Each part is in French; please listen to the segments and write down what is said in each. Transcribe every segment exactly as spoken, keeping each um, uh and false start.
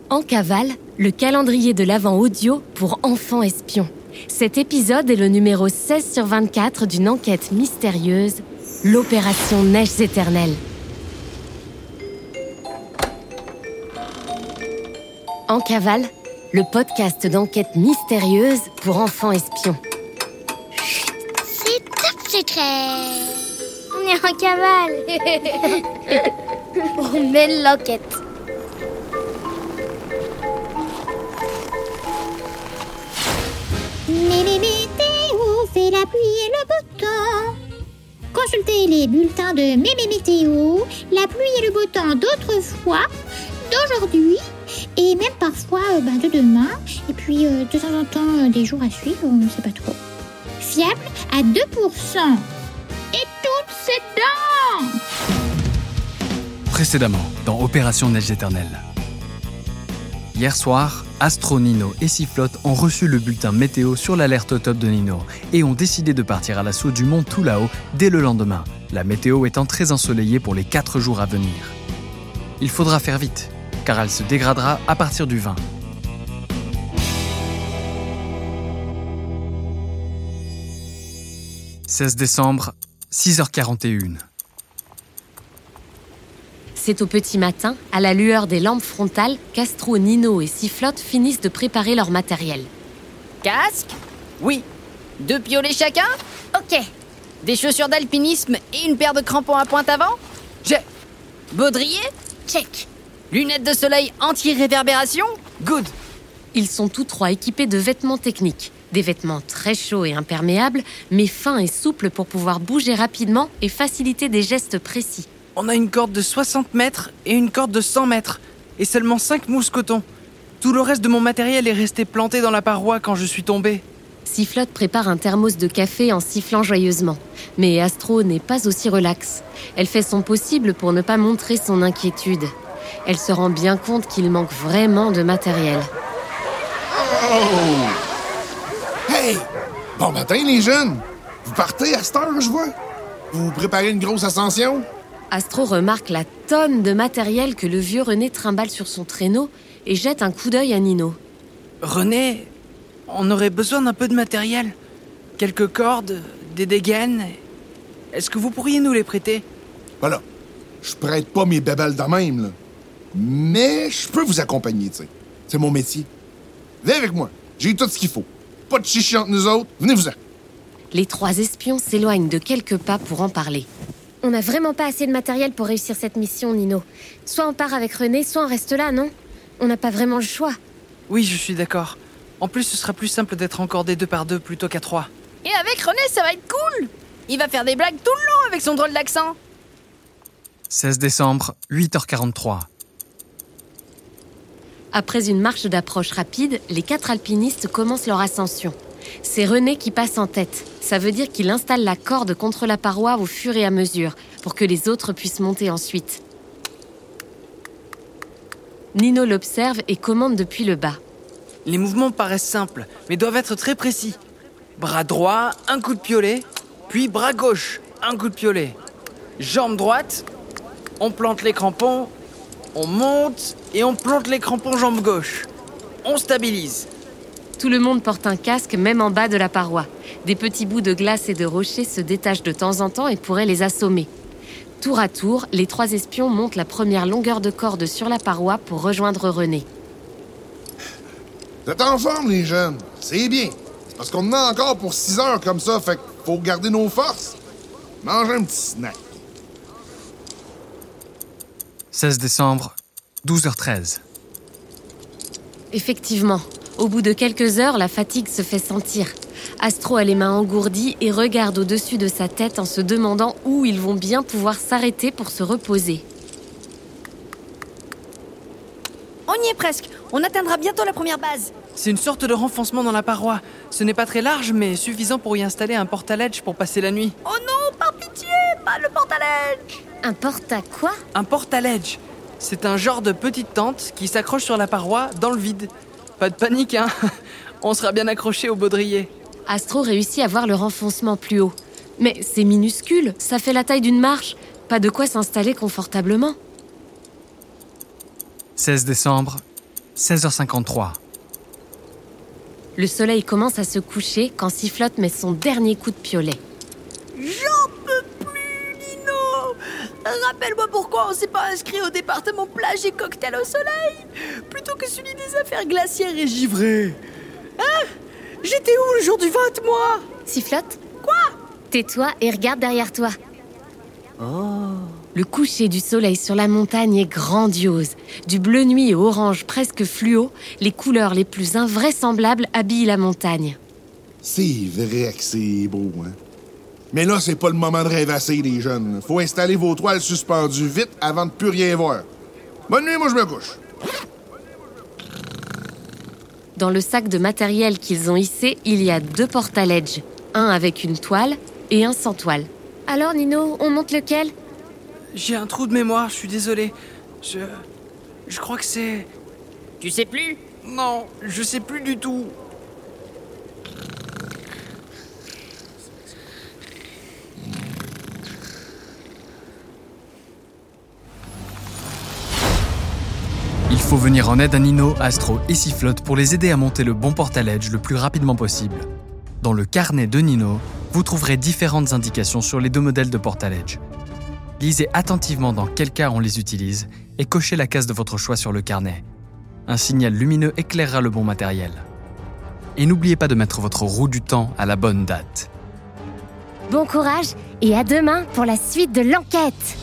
En cavale, le calendrier de l'Avent audio pour enfants espions. Cet épisode est le numéro seize sur vingt-quatre d'une enquête mystérieuse, l'opération Neiges éternelles. En cavale, le podcast d'enquête mystérieuse pour enfants espions. C'est top secret. On est en cavale. On mène l'enquête. Les météo, c'est la pluie et le beau temps. Consultez les bulletins de Mémé Météo, la pluie et le beau temps d'autrefois, d'aujourd'hui et même parfois euh, ben, de demain. Et puis euh, de temps en temps euh, des jours à suivre, on ne sait pas trop. Fiable à deux pour cent. Et toutes ces dents. Précédemment, dans Opération Neiges éternelles. Hier soir, Astro, Nino et Sifflotte ont reçu le bulletin météo sur l'alerte au top de Nino et ont décidé de partir à l'assaut du mont tout là-haut dès le lendemain, la météo étant très ensoleillée pour les quatre jours à venir. Il faudra faire vite, car elle se dégradera à partir du vingt. seize décembre, six heures quarante et une. C'est au petit matin, à la lueur des lampes frontales, qu'Astro, Nino et Sifflotte finissent de préparer leur matériel. Casque ? Oui. Deux piolets chacun ? Ok. Des chaussures d'alpinisme et une paire de crampons à pointe avant ? J'ai. Baudrier ? Check. Lunettes de soleil anti-réverbération ? Good. Ils sont tous trois équipés de vêtements techniques. Des vêtements très chauds et imperméables, mais fins et souples pour pouvoir bouger rapidement et faciliter des gestes précis. On a une corde de soixante mètres et une corde de cent mètres, et seulement cinq mousses coton. Tout le reste de mon matériel est resté planté dans la paroi quand je suis tombé. Sifflotte prépare un thermos de café en sifflant joyeusement. Mais Astro n'est pas aussi relaxe. Elle fait son possible pour ne pas montrer son inquiétude. Elle se rend bien compte qu'il manque vraiment de matériel. Oh! Hey! Bon matin, les jeunes! Vous partez à cette heure, je vois? Vous préparez une grosse ascension? Astro remarque la tonne de matériel que le vieux René trimballe sur son traîneau et jette un coup d'œil à Nino. René, on aurait besoin d'un peu de matériel. Quelques cordes, des dégaines. Est-ce que vous pourriez nous les prêter? Voilà. Je prête pas mes bébelles de même, là. Mais je peux vous accompagner, tu sais. C'est mon métier. Venez avec moi. J'ai tout ce qu'il faut. Pas de chichi entre nous autres. Venez-vous-en. Les trois espions s'éloignent de quelques pas pour en parler. On n'a vraiment pas assez de matériel pour réussir cette mission, Nino. Soit on part avec René, soit on reste là, non? On n'a pas vraiment le choix. Oui, je suis d'accord. En plus, ce sera plus simple d'être encordé deux par deux plutôt qu'à trois. Et avec René, ça va être cool. Il va faire des blagues tout le long avec son drôle d'accent. seize décembre, huit heures quarante-trois. Après une marche d'approche rapide, les quatre alpinistes commencent leur ascension. C'est René qui passe en tête. Ça veut dire qu'il installe la corde contre la paroi au fur et à mesure, pour que les autres puissent monter ensuite. Nino l'observe et commande depuis le bas. Les mouvements paraissent simples, mais doivent être très précis. Bras droit, un coup de piolet, puis bras gauche, un coup de piolet. Jambe droite, on plante les crampons, on monte et on plante les crampons jambe gauche. On stabilise. Tout le monde porte un casque, même en bas de la paroi. Des petits bouts de glace et de rochers se détachent de temps en temps et pourraient les assommer. Tour à tour, les trois espions montent la première longueur de corde sur la paroi pour rejoindre René. Vous êtes en forme, les jeunes. C'est bien. C'est parce qu'on en a encore pour six heures comme ça, fait qu'il faut garder nos forces. Mangez un petit snack. seize décembre, douze heures treize. Effectivement, au bout de quelques heures, la fatigue se fait sentir. Astro a les mains engourdies et regarde au-dessus de sa tête en se demandant où ils vont bien pouvoir s'arrêter pour se reposer. On y est presque. On atteindra bientôt la première base. C'est une sorte de renfoncement dans la paroi. Ce n'est pas très large, mais suffisant pour y installer un porte-à-ledge pour passer la nuit. Oh non, par pitié, pas le porte-à-ledge. Un porte à quoi? Un porte-à-ledge. C'est un genre de petite tente qui s'accroche sur la paroi dans le vide. Pas de panique, hein. On sera bien accroché au baudrier. Astro réussit à voir le renfoncement plus haut. Mais c'est minuscule, ça fait la taille d'une marche. Pas de quoi s'installer confortablement. seize décembre, seize heures cinquante-trois. Le soleil commence à se coucher quand Sifflotte met son dernier coup de piolet. J'en peux plus, Nino! Rappelle-moi pourquoi on s'est pas inscrit au département plage et cocktail au soleil, plutôt que celui des affaires glaciaires et givrées. Hein? J'étais où le jour du vote, moi? Sifflotte? Quoi? Tais-toi et regarde derrière toi. Oh. Le coucher du soleil sur la montagne est grandiose. Du bleu nuit au orange presque fluo, les couleurs les plus invraisemblables habillent la montagne. C'est vrai que c'est beau, hein? Mais là, c'est pas le moment de rêvasser, les jeunes. Faut installer vos toiles suspendues vite avant de plus rien voir. Bonne nuit, moi je me couche. Dans le sac de matériel qu'ils ont hissé, il y a deux portaledges. Un avec une toile et un sans toile. Alors, Nino, on monte lequel? J'ai un trou de mémoire, je suis désolé. Je... Je crois que c'est... Tu sais plus? Non, je sais plus du tout. Il faut venir en aide à Nino, Astro et Sifflotte pour les aider à monter le bon portaledge le plus rapidement possible. Dans le carnet de Nino, vous trouverez différentes indications sur les deux modèles de portaledge. Lisez attentivement dans quel cas on les utilise et cochez la case de votre choix sur le carnet. Un signal lumineux éclairera le bon matériel. Et n'oubliez pas de mettre votre roue du temps à la bonne date. Bon courage et à demain pour la suite de l'enquête.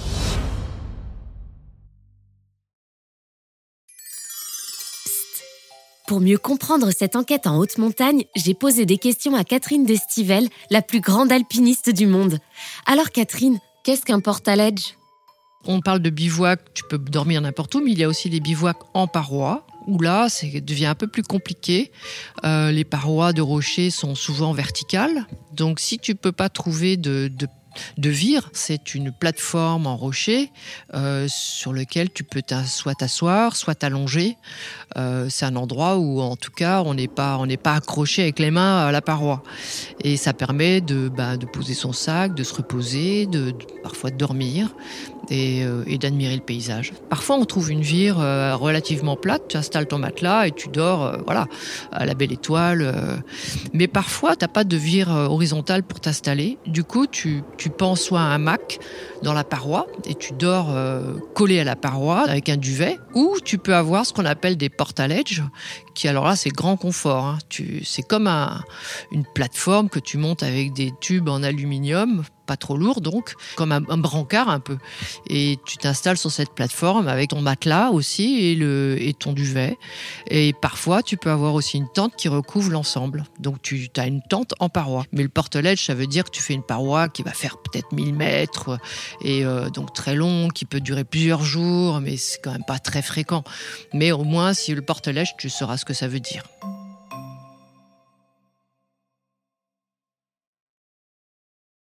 Pour mieux comprendre cette enquête en haute montagne, j'ai posé des questions à Catherine Destivelle, la plus grande alpiniste du monde. Alors Catherine, qu'est-ce qu'un portaledge ? On parle de bivouac, tu peux dormir n'importe où, mais il y a aussi des bivouacs en parois, où là, ça devient un peu plus compliqué. Euh, les parois de rochers sont souvent verticales, donc si tu peux pas trouver de, de De vire, c'est une plateforme en rocher euh, sur lequel tu peux t'a- soit t'asseoir, soit t'allonger. Euh, c'est un endroit où, en tout cas, on n'est pas, on n'est pas accroché avec les mains à la paroi. Et ça permet de, bah, de poser son sac, de se reposer, de, de parfois de dormir et, euh, et d'admirer le paysage. Parfois, on trouve une vire euh, relativement plate. Tu installes ton matelas et tu dors, euh, voilà, à la belle étoile. Euh. Mais parfois, t'as pas de vire euh, horizontale pour t'installer. Du coup, tu Tu penses soit à un hamac dans la paroi et tu dors euh, collé à la paroi avec un duvet, ou tu peux avoir ce qu'on appelle des portaledges, qui alors là c'est grand confort. Hein. Tu, c'est comme un, une plateforme que tu montes avec des tubes en aluminium, pas trop lourd donc, comme un, un brancard un peu. Et tu t'installes sur cette plateforme avec ton matelas aussi et, le, et ton duvet. Et parfois tu peux avoir aussi une tente qui recouvre l'ensemble. Donc tu as une tente en paroi. Mais le portaledge, ça veut dire que tu fais une paroi qui va faire peut-être mille mètres et euh, donc très long, qui peut durer plusieurs jours, mais c'est quand même pas très fréquent. Mais au moins, si le portaledge, tu sauras ce que ça veut dire.